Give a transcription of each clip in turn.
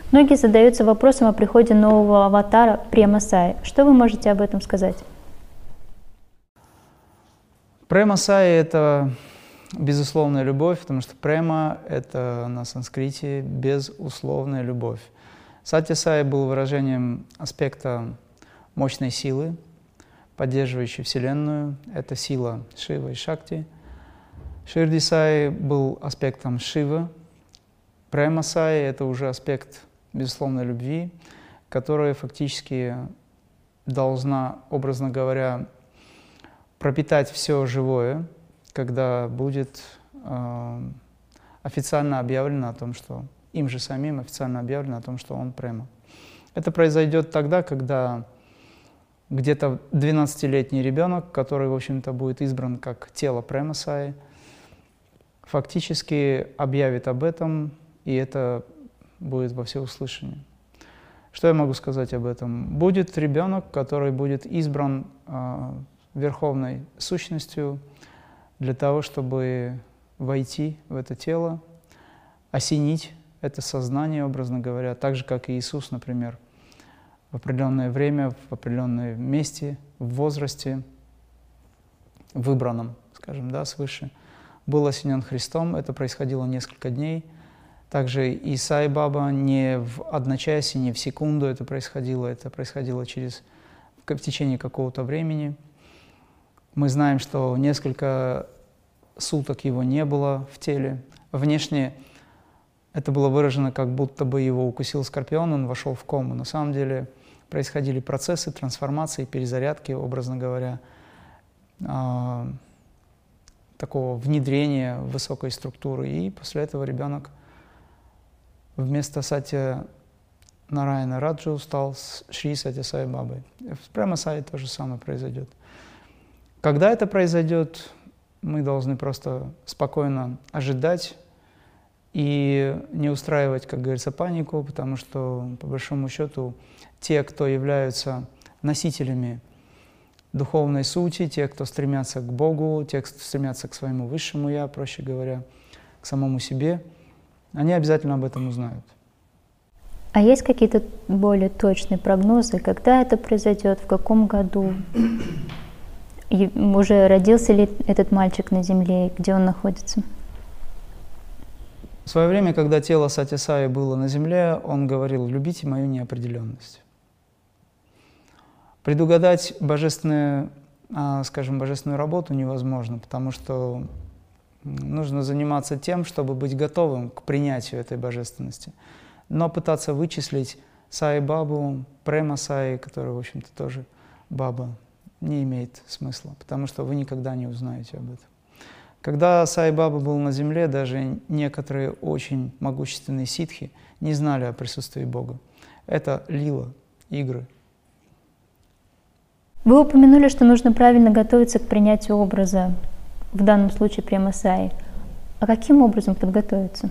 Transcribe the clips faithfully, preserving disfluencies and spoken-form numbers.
Многие задаются вопросом о приходе нового аватара Према Саи. Что вы можете об этом сказать? Према Саи — это безусловная любовь, потому что према — это на санскрите безусловная любовь. Сатья Саи был выражением аспекта мощной силы, поддерживающей Вселенную. Это сила Шивы и Шакти. Ширди Саи был аспектом Шивы. Према Саи — это уже аспект безусловной любви, которая фактически должна, образно говоря, пропитать все живое, когда будет э, официально объявлено о том, что им же самим официально объявлено о том, что он према. Это произойдет тогда, когда где-то двенадцатилетний ребенок, который, в общем-то, будет избран как тело Према Саи, фактически объявит об этом, и это будет во всеуслышание. Что я могу сказать об этом? Будет ребенок, который будет избран э, Верховной Сущностью для того, чтобы войти в это тело, осенить это сознание, образно говоря, так же, как и Иисус, например, в определенное время, в определенном месте, в возрасте, выбранном, скажем, да, свыше, был осенен Христом. Это происходило несколько дней. Также и Сай Баба не в одночасье, не в секунду это происходило, это происходило через, в течение какого-то времени. Мы знаем, что несколько суток его не было в теле. Внешне это было выражено, как будто бы его укусил скорпион, он вошел в кому. На самом деле происходили процессы трансформации, перезарядки, образно говоря, э, такого внедрения в высокой структуры. И после этого ребенок вместо Сатья Нараяна Раджу стал Шри Сатья Сай Бабой. В Према Саи то же самое произойдет. Когда это произойдет, мы должны просто спокойно ожидать и не устраивать, как говорится, панику, потому что, по большому счету, те, кто являются носителями духовной сути, те, кто стремятся к Богу, те, кто стремятся к своему высшему Я, проще говоря, к самому себе, они обязательно об этом узнают. А есть какие-то более точные прогнозы, когда это произойдет, в каком году? И уже родился ли этот мальчик на земле, где он находится? В свое время, когда тело Сатья Саи было на земле, он говорил: «Любите мою неопределенность». Предугадать божественную, скажем, божественную работу невозможно, потому что нужно заниматься тем, чтобы быть готовым к принятию этой божественности. Но пытаться вычислить Саи Бабу, Према Саи, который, в общем-то, тоже Баба, не имеет смысла, потому что вы никогда не узнаете об этом. Когда Сай Баба был на земле, даже некоторые очень могущественные ситхи не знали о присутствии Бога. Это лила, игры. Вы упомянули, что нужно правильно готовиться к принятию образа, в данном случае Према Саи. А каким образом подготовиться?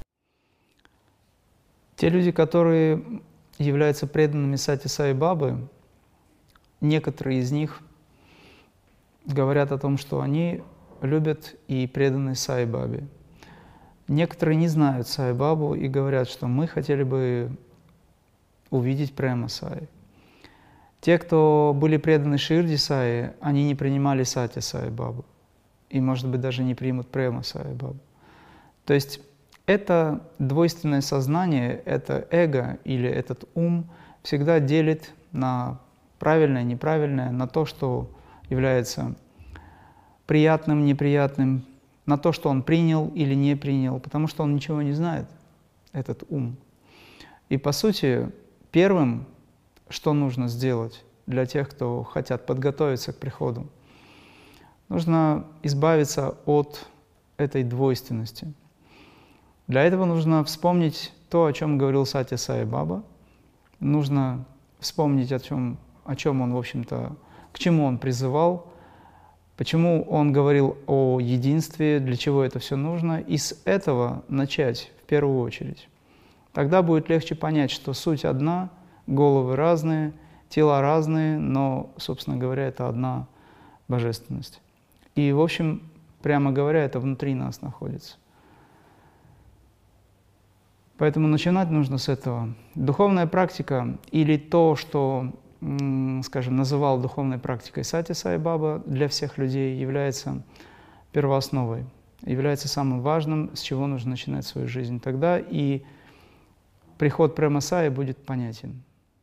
Те люди, которые являются преданными Сати Сай Бабы, некоторые из них говорят о том, что они любят и преданы Сай Бабе. Некоторые не знают Сай Бабу и говорят, что мы хотели бы увидеть Према Саи. Те, кто были преданы Ширди Саи, они не принимали Сатья Сай Бабу. И, может быть, даже не примут Према Сай Бабу. То есть это двойственное сознание, это эго или этот ум всегда делит на правильное, неправильное, на то, что является приятным, неприятным, на то, что он принял или не принял, потому что он ничего не знает, этот ум. И, по сути, первым, что нужно сделать для тех, кто хотят подготовиться к приходу, нужно избавиться от этой двойственности. Для этого нужно вспомнить то, о чем говорил Сатья Сай Баба. Нужно вспомнить, о чем, о чем он, в общем-то, к чему он призывал, почему он говорил о единстве, для чего это все нужно, и с этого начать в первую очередь. Тогда будет легче понять, что суть одна, головы разные, тела разные, но, собственно говоря, это одна божественность. И, в общем, прямо говоря, это внутри нас находится. Поэтому начинать нужно с этого. Духовная практика или то, что, скажем, называл духовной практикой Сати Сай Баба, для всех людей является первоосновой, является самым важным, с чего нужно начинать свою жизнь. Тогда и приход Према Саи будет понятен.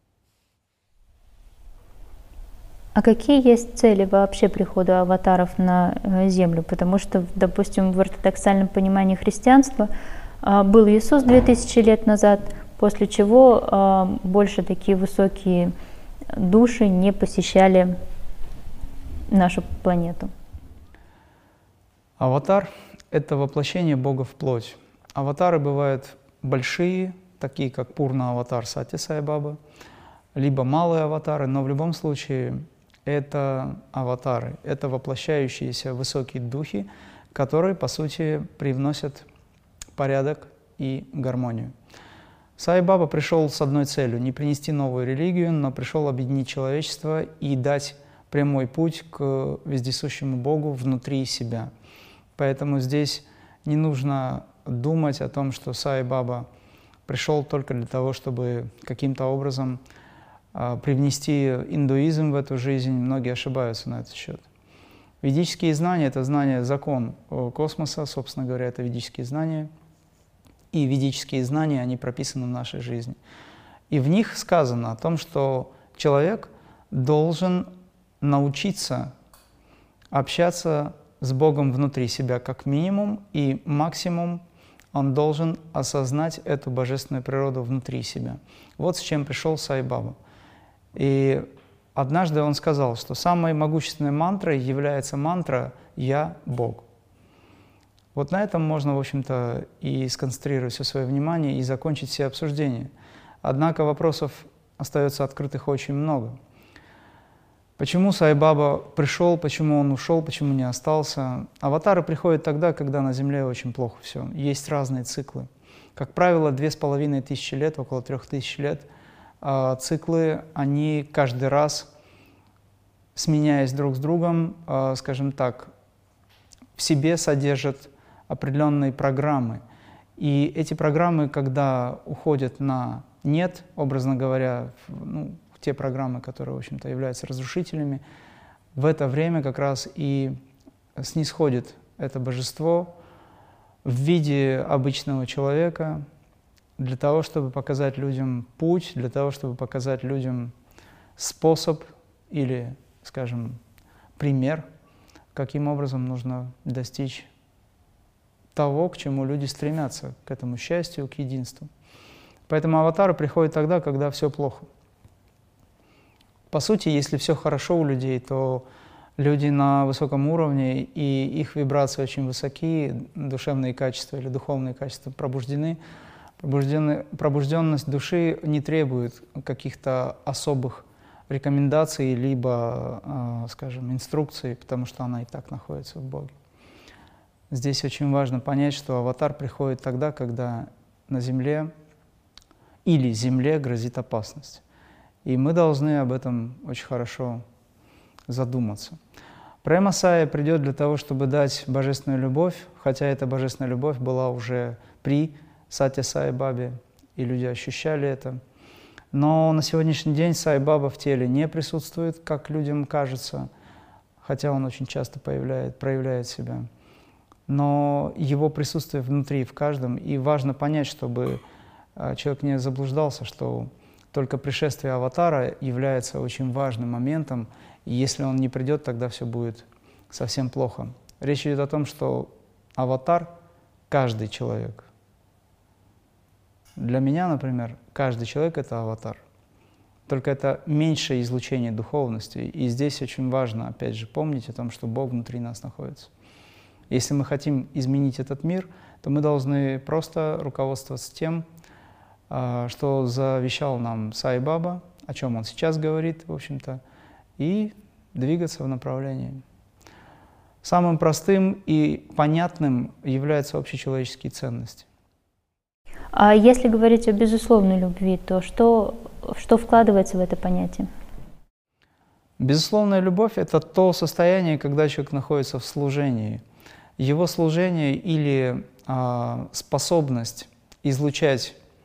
А какие есть цели вообще прихода аватаров на Землю? Потому что, допустим, в ортодоксальном понимании христианства был Иисус две тысячи лет назад, после чего больше такие высокие души не посещали нашу планету. Аватар — это воплощение Бога в плоть. Аватары бывают большие, такие как Пурна-аватар Сати Сай Баба, либо малые аватары, но в любом случае это аватары, это воплощающиеся высокие духи, которые, по сути, привносят порядок и гармонию. Сай Баба пришел с одной целью — не принести новую религию, но пришел объединить человечество и дать прямой путь к вездесущему Богу внутри себя. Поэтому здесь не нужно думать о том, что Сай Баба пришел только для того, чтобы каким-то образом а, привнести индуизм в эту жизнь. Многие ошибаются на этот счет. Ведические знания — это знания закон космоса, собственно говоря, это ведические знания. И ведические знания, они прописаны в нашей жизни. И в них сказано о том, что человек должен научиться общаться с Богом внутри себя как минимум, и максимум он должен осознать эту божественную природу внутри себя. Вот с чем пришел Сай Баба. И однажды он сказал, что самой могущественной мантрой является мантра «Я Бог». Вот на этом можно, в общем-то, и сконцентрировать все свое внимание и закончить все обсуждения. Однако вопросов остается открытых очень много. Почему Сай Баба пришел, почему он ушел, почему не остался? Аватары приходят тогда, когда на Земле очень плохо все. Есть разные циклы. Как правило, две с половиной тысячи лет, около трех тысяч лет, циклы, они каждый раз, сменяясь друг с другом, скажем так, в себе содержат определенные программы. И эти программы, когда уходят на нет, образно говоря, ну, те программы, которые, в общем-то, являются разрушителями, в это время как раз и снисходит это божество в виде обычного человека для того, чтобы показать людям путь, для того, чтобы показать людям способ или, скажем, пример, каким образом нужно достичь того, к чему люди стремятся, к этому счастью, к единству. Поэтому аватары приходят тогда, когда все плохо. По сути, если все хорошо у людей, то люди на высоком уровне, и их вибрации очень высоки, душевные качества или духовные качества пробуждены. Пробужденность души не требует каких-то особых рекомендаций, либо, скажем, инструкций, потому что она и так находится в Боге. Здесь очень важно понять, что аватар приходит тогда, когда на Земле или Земле грозит опасность. И мы должны об этом очень хорошо задуматься. Према Саи придет для того, чтобы дать божественную любовь, хотя эта божественная любовь была уже при Сати Сай Бабе, и люди ощущали это. Но на сегодняшний день Сай Баба в теле не присутствует, как людям кажется, хотя он очень часто появляет, проявляет себя. Но его присутствие внутри, в каждом, и важно понять, чтобы человек не заблуждался, что только пришествие аватара является очень важным моментом, и если он не придет, тогда все будет совсем плохо. Речь идет о том, что аватар — каждый человек. Для меня, например, каждый человек — это аватар. Только это меньшее излучение духовности. И здесь очень важно, опять же, помнить о том, что Бог внутри нас находится. Если мы хотим изменить этот мир, то мы должны просто руководствоваться тем, что завещал нам Сай Баба, о чем он сейчас говорит, в общем-то, и двигаться в направлении. Самым простым и понятным являются общечеловеческие ценности. А если говорить о безусловной любви, то что, что вкладывается в это понятие? Безусловная любовь — это то состояние, когда человек находится в служении. Его служение или а, способность излучать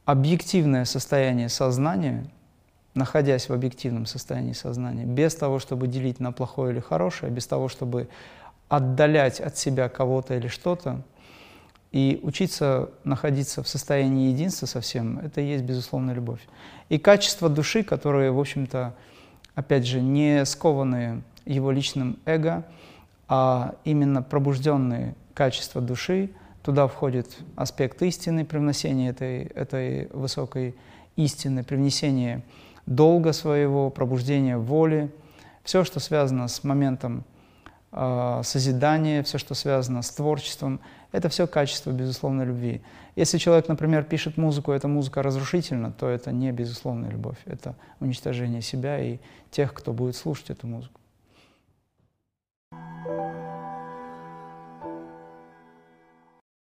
объективное состояние сознания, находясь в объективном состоянии сознания, без того, чтобы делить на плохое или хорошее, без того, чтобы отдалять от себя кого-то или что-то, и учиться находиться в состоянии единства со всем, это и есть безусловная любовь. И качества души, которые, в общем-то, опять же, не скованные его личным эго, а именно пробужденные качества души, туда входит аспект истины, привнесение этой, этой высокой истины, привнесение долга своего, пробуждение воли, все, что связано с моментом э, созидания, все, что связано с творчеством, это все качество безусловной любви. Если человек, например, пишет музыку, эта музыка разрушительна, то это не безусловная любовь, это уничтожение себя и тех, кто будет слушать эту музыку.